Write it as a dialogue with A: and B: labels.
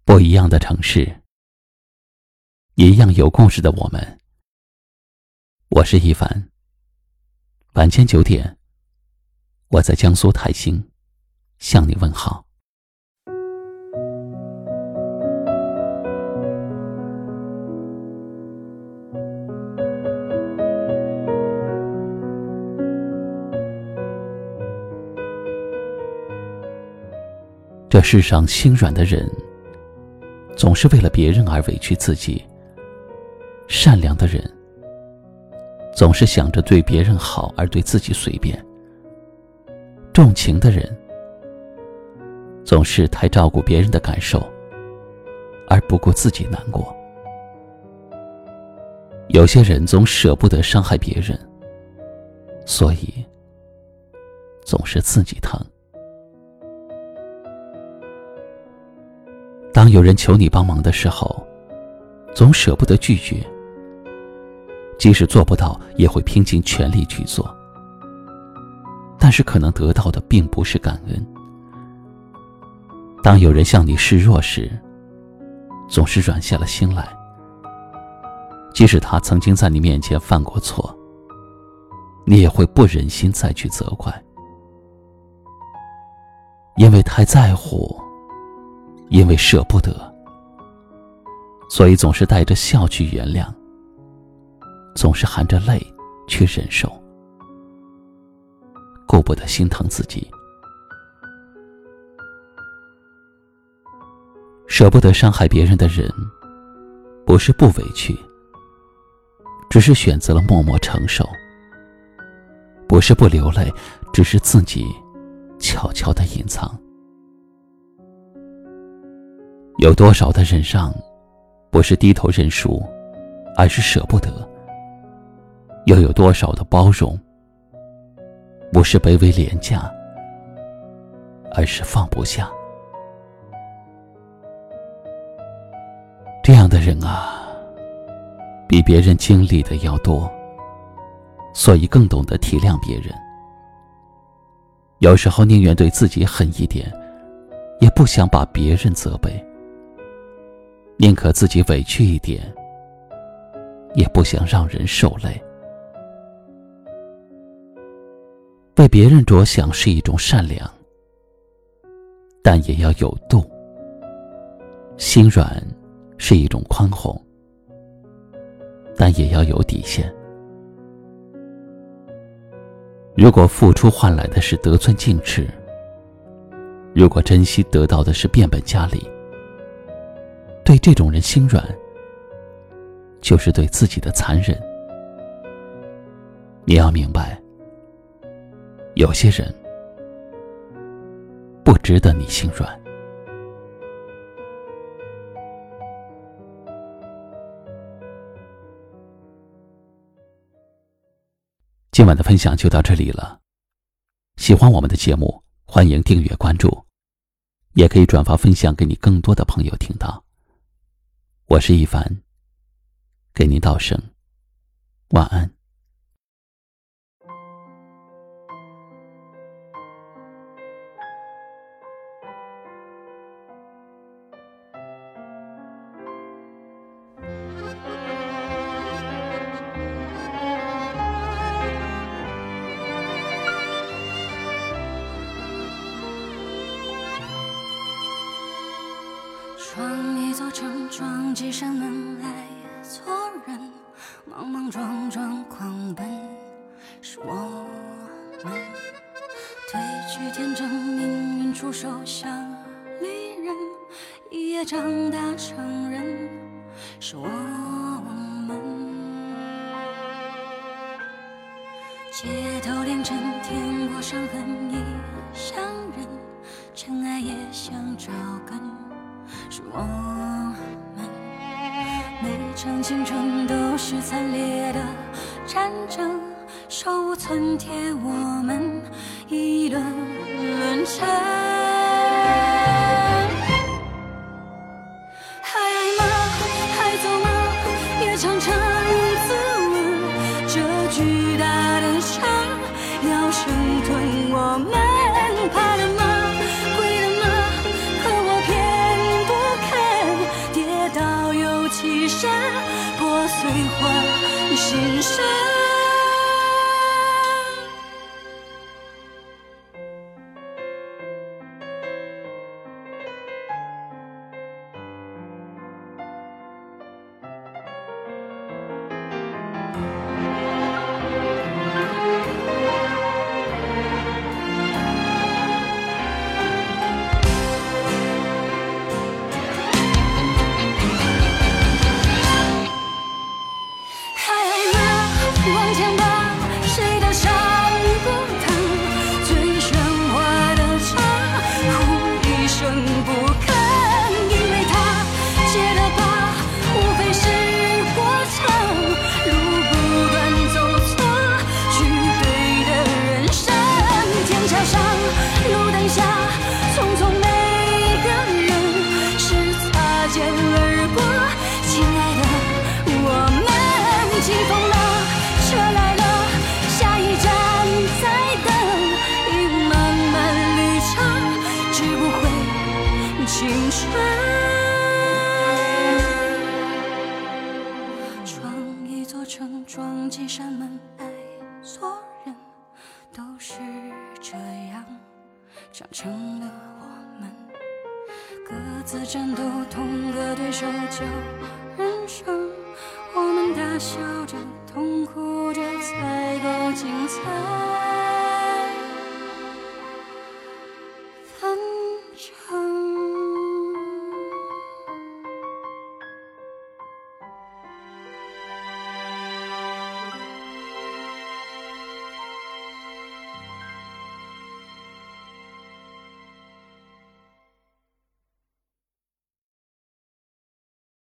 A: 不一样的城市，一样有故事的我们。我是一凡，晚间9点，我在江苏泰兴向你问好。这世上心软的人，总是为了别人而委屈自己；善良的人，总是想着对别人好而对自己随便；重情的人，总是太照顾别人的感受，而不顾自己难过。有些人总舍不得伤害别人，所以总是自己疼。当有人求你帮忙的时候，总舍不得拒绝，即使做不到，也会拼尽全力去做。但是可能得到的并不是感恩。当有人向你示弱时，总是软下了心来，即使他曾经在你面前犯过错，你也会不忍心再去责怪。因为太在乎，因为舍不得，所以总是带着笑去原谅，总是含着泪去忍受，顾不得心疼自己。舍不得伤害别人的人，不是不委屈，只是选择了默默承受；不是不流泪，只是自己悄悄地隐藏。有多少的忍让，不是低头认输，而是舍不得；又有多少的包容，不是卑微廉价，而是放不下。这样的人啊，比别人经历的要多，所以更懂得体谅别人。有时候宁愿对自己狠一点，也不想把别人责备；宁可自己委屈一点，也不想让人受累。为别人着想是一种善良，但也要有度；心软是一种宽宏，但也要有底线。如果付出换来的是得寸进尺，如果珍惜得到的是变本加厉，对这种人心软，就是对自己的残忍。你要明白，有些人不值得你心软。今晚的分享就到这里了。喜欢我们的节目，欢迎订阅关注，也可以转发分享给你更多的朋友听到。我是一凡，给您道声晚安。
B: 闯一座城，撞几扇门来错人，莽莽撞撞狂奔，是我们褪去天真，命运出手像利刃，一夜长大成人，是我们街头凌晨，天过伤痕已伤人，尘埃也想找根，是我们每场青春都是惨烈的战争，手无寸铁，我们一轮轮沉。还爱吗？还走吗？也常常自问，这巨大的山要生吞我们，怕了吗？会了吗？可我偏不肯。 今生。往前吧，谁都上不堂，最喧哗的场，哭一声不吭，因为他写的吧，无非是过场，路不断走错，去对的人生。天桥上，路灯下，匆匆每个人是擦肩而过，亲爱的，我们起风了。车来了，下一站再等，一漫漫旅程，值不回青春。闯一座城，撞几扇门，爱错人，都是这样长成了我们。各自战斗，同个对手叫人生。我们大笑着，痛哭着，才够精彩。